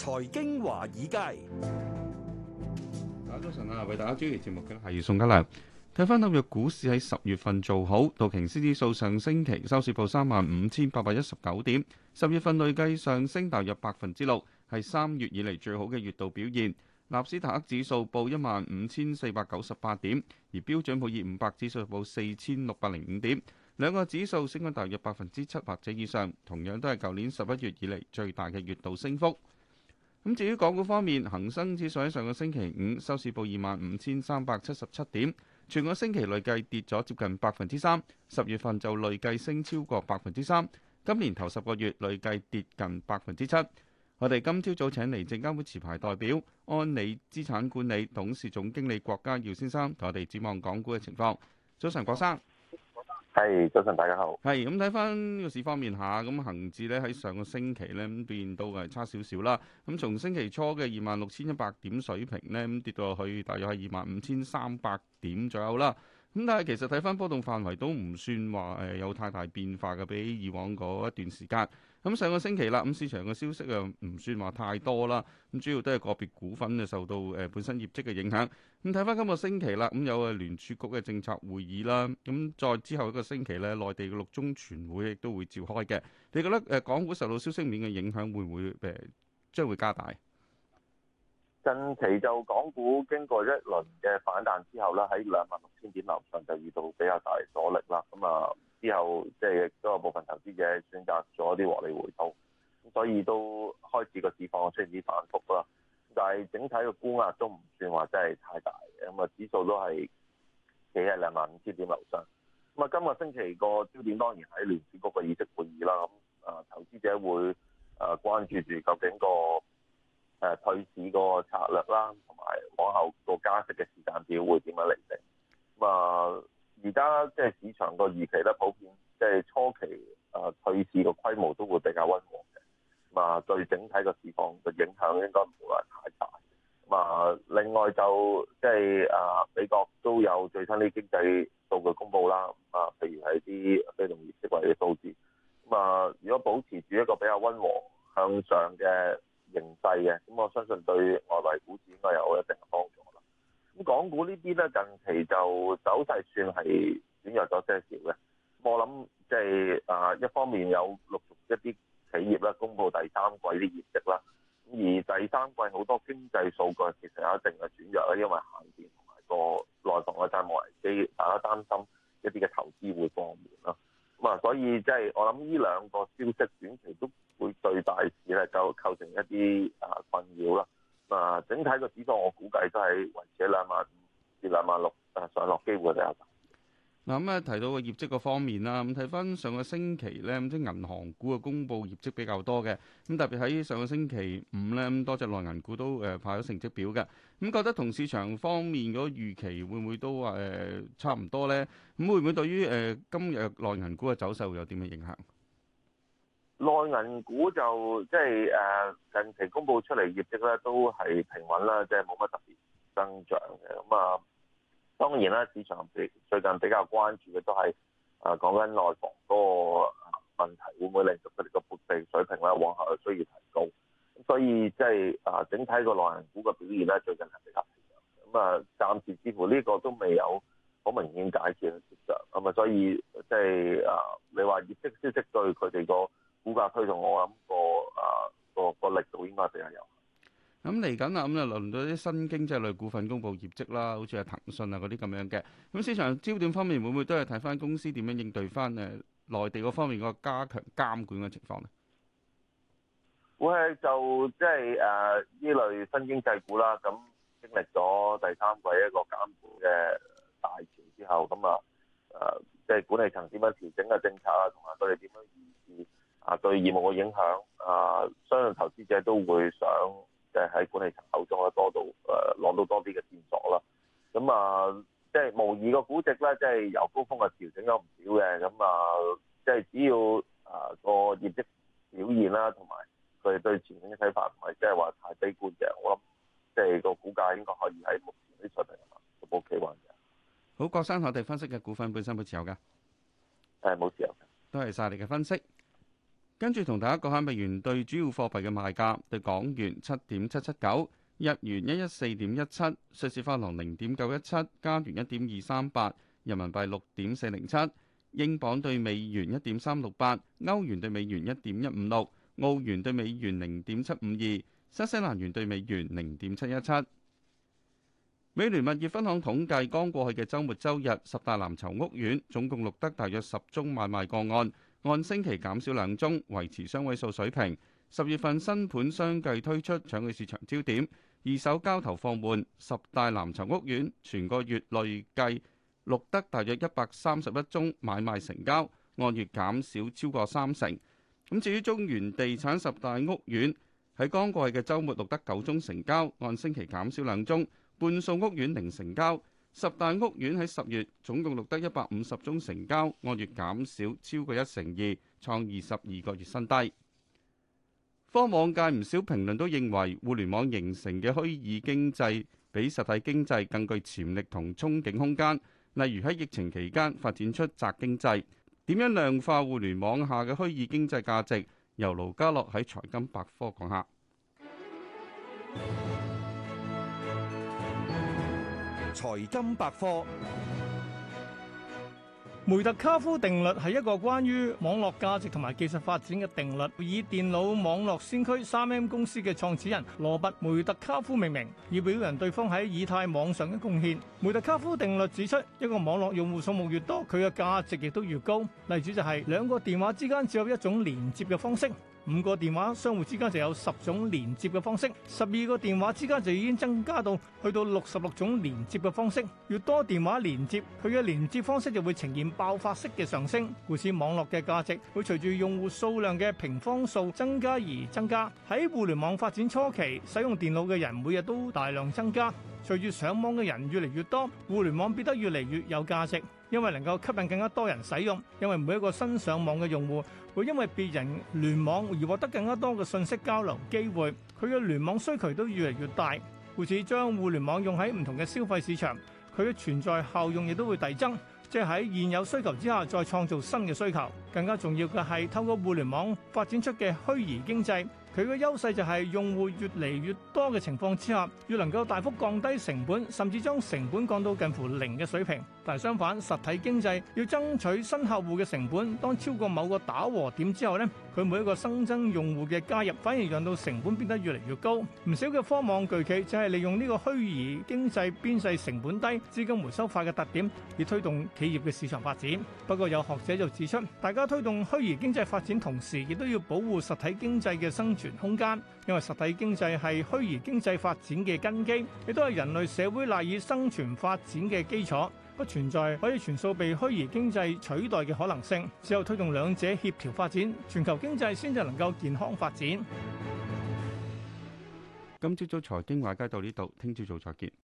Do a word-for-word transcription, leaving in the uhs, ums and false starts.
財經華爾街， 大家早晨啊！為大家主持節目嘅係宋家良。睇翻紐約股市喺十月份做好，道瓊斯指數上星期收市報三萬五千八百一十九點，十月份累計上升大約百分之六，係三月以嚟最好嘅月度表現。納斯達克指數報一萬五千四百九十八點，而標準普爾五百指數報四千六百零五點，兩個指數升咗大約百分之七或者以上，同樣都係舊年十一月以嚟最大嘅月度升幅。咁至於港股方面，恒生指數喺上個星期五收市報二萬五千三百七十七點，全個星期累計跌咗接近百分之三，十月份就累計升超過百分之三，今年頭十個月累計跌近百分之七。我哋今朝早請嚟證監會持牌代表安理資產管理董事總經理郭家耀先生同我哋展望港股嘅情況。早晨，郭生。 係，早晨，大家好。 係咁睇翻呢個市方面下，咁恒指咧喺上個星期咧咁變到係差少少啦。咁從星期初嘅二萬六千一百點水平咧，咁跌到去大約係二萬五千三百點左右啦。咁但係其實睇翻波動範圍都唔算話誒有太大變化嘅，比以往嗰一段時間。咁上個星期啦，咁市場嘅消息又唔算話太多啦。咁主要都係個別股份就受到誒本身業績嘅影響。咁睇翻今個星期啦，咁有誒聯儲局嘅政策會議啦。咁再之後一個星期咧，內地嘅六中全會亦都會召開嘅。你覺得誒港股受到消息面嘅影響會唔會誒將會加大？ 近期就港股經過一輪嘅反彈之後咧，喺兩萬六千點樓上就遇到比較大阻力啦。咁啊之後即係都有部分投資者選擇咗啲獲利回吐，咁所以都開始個市況出現啲反覆啦。但係整體嘅沽壓都唔算話真係太大嘅，咁啊指數都係企喺兩萬五千點樓上。咁啊今個星期個焦點當然喺聯儲局嘅議息會議啦。咁啊投資者會誒關注住究竟個誒退市個策略啦，同埋往後個加息嘅時間表會點樣嚟定？咁啊，而家即係市場個預期咧，普遍即係初期誒退市個規模都會比較溫和嘅。咁啊，對整體個市況嘅影響應該唔會話太大。咁啊，另外就即係啊，美國都有最新啲經濟數據公佈啦。啊，譬如係啲非農業職位嘅數字。咁啊，如果保持住一個比較溫和向上嘅形勢嘅，咁我相信對外圍股市應該有一定嘅幫助啦。咁港股呢啲咧，近期就走勢算係轉弱咗些少嘅。我諗即係啊，一方面有陸續一啲企業咧公布第三季啲業績啦，咁而第三季好多經濟數據其實有一定嘅轉弱啦，因為限電同埋個內房嘅債務危機，大家擔心一啲嘅投資會放緩啦。咁啊，所以即係我諗呢兩個消息短期都會對大市咧就構成一啲啊困擾啦。啊，整體個指數我估計都係維持喺兩萬五至兩萬六啊，上落機會比較大。 嗱咁啊，提到個業績個方面啦，咁睇翻上個星期咧，咁即係銀行股嘅公佈業績比較多嘅，咁特別喺上個星期五咧，咁多隻內銀股都誒派咗成績表嘅，咁覺得同市場方面嗰個預期會唔會都話誒差唔多咧？咁會唔會對於誒今日內銀股嘅走勢會有啲咩影響？ 內銀股就即係誒近期公佈出嚟業績咧，都係平穩啦，即係冇乜特別增長嘅。咁啊，當然啦，市場最近比較關注嘅都係啊講緊內房嗰個問題，會唔會令到佢哋個撥備水平咧往後係需要提高？咁所以即係啊整體個內銀股嘅表現咧，最近係比較平弱。咁啊，暫時似乎呢個都未有好明顯解決嘅跡象。咁啊，所以即係啊，你話業績消息對佢哋個股價推動，我諗個啊個個力度應該比較有。 咁嚟緊啊，咁就輪到啲新經濟類股份公布業績啦，好似係騰訊啊嗰啲咁樣嘅。咁市場焦點方面會唔會都係睇翻公司點樣應對翻誒內地嗰方面個加強監管嘅情況呢？ 會係就即係誒呢類新經濟股啦，咁經歷咗第三季一個監管嘅大潮之後，咁啊誒即係管理層點樣調整嘅政策啊，同埋佢哋點樣預示啊對業務嘅影響啊，相信投資者都會想即係喺管理層口中咧多到誒攞到多啲嘅線索啦。咁啊即係無疑個估值咧，即係由高峰嘅調整咗唔少嘅。咁啊即係只要啊個業績表現啦，同埋佢哋對前景嘅睇法唔係即係話太悲觀嘅，我諗即係個股價應該可以喺目前啲水平啊，都 O K 穩嘅。 好，郭生，我哋分析嘅股份本身冇持有㗎， 誒冇持有嘅。 都係晒你嘅分析。 跟住同大家講下美元對主要貨幣嘅賣價，對港元七點七七九，日元一一四點一七，瑞士法郎零點九一七，加元一點二三八，人民幣六點四零七，英鎊對美元一點三六八，歐元對美元一點一五六，澳元對美元零點七五二，新西蘭元對美元零點七一七。美聯物業分行統計，剛過去嘅週末週日，十大藍籌屋苑總共錄得大約十宗買賣個案，按星期減少兩宗，維持雙位數水平。十月份新盤相繼推出，搶去市場焦點。二手交投放緩，十大藍籌屋苑全個月累計錄得大約一百三十一宗買賣成交，按月減少超過三成。咁至於中原地產十大屋苑喺剛過去嘅週末錄得九宗成交，按星期減少兩宗。半數屋苑零成交，十大屋苑喺十月總共錄得一百五十宗成交，按月減少超過一成二，創二十二個月新低。科網界唔少評論都認為，互聯網形成嘅虛擬經濟比實體經濟更具潛力同憧憬空間。例如喺疫情期間發展出宅經濟，點樣量化互聯網下嘅虛擬經濟價值？由盧家樂喺財金百科講下。 財金百科。 梅特卡夫定律係一個關於網絡價值同埋技術發展嘅定律，以電腦網絡先驅 三 M 公司嘅創始人羅拔梅特卡夫命名，以表揚對方喺以太網上嘅貢獻。梅特卡夫定律指出，一個網絡用戶數目越多，佢嘅價值亦都越高。例子就係兩個電話之間只有一種連接嘅方式，五個電話相互之間就有十種連接嘅方式，十二個電話之間就已經增加到去到六十六種連接嘅方式。越多電話連接，佢嘅連接方式就會呈現爆發式嘅上升，故此網絡嘅價值會隨住用戶數量嘅平方數增加而增加。喺互聯網發展初期，使用電腦嘅人每日都大量增加，隨住上網嘅人越嚟越多，互聯網變得越嚟越有價值，因為能夠吸引更加多人使用。因為每一個新上網嘅用戶會因為別人聯網而獲得更加多嘅信息交流機會，佢嘅聯網需求都越嚟越大，故此將互聯網用喺唔同嘅消費市場，佢嘅存在效用亦都會遞增。即係喺現有需求之下，再創造新嘅需求。更加重要嘅係透過互聯網發展出嘅虛擬經濟，佢嘅優勢就係用戶越嚟越多嘅情況之下，越能夠大幅降低成本，甚至將成本降到近乎零嘅水平。但係相反，實體經濟要爭取新客戶嘅成本，當超過某個打和點之後呢，佢每一個新增用戶嘅加入，反而讓到成本變得越嚟越高。唔少嘅科網巨企就係利用呢個虛擬經濟邊際成本低、資金回收快嘅特點，以推動企業嘅市場發展。不過有學者就指出，大家推動虛擬經濟發展同時，亦都要保護實體經濟嘅生存空間，因為實體經濟係虛擬經濟發展嘅根基，亦都係人類社會賴以生存發展嘅基礎，不存在可以全數被虛擬經濟取代嘅可能性。只有推動兩者協調發展，全球經濟先至能夠健康發展。 今朝早財經華爾街到呢度，聽朝早再見。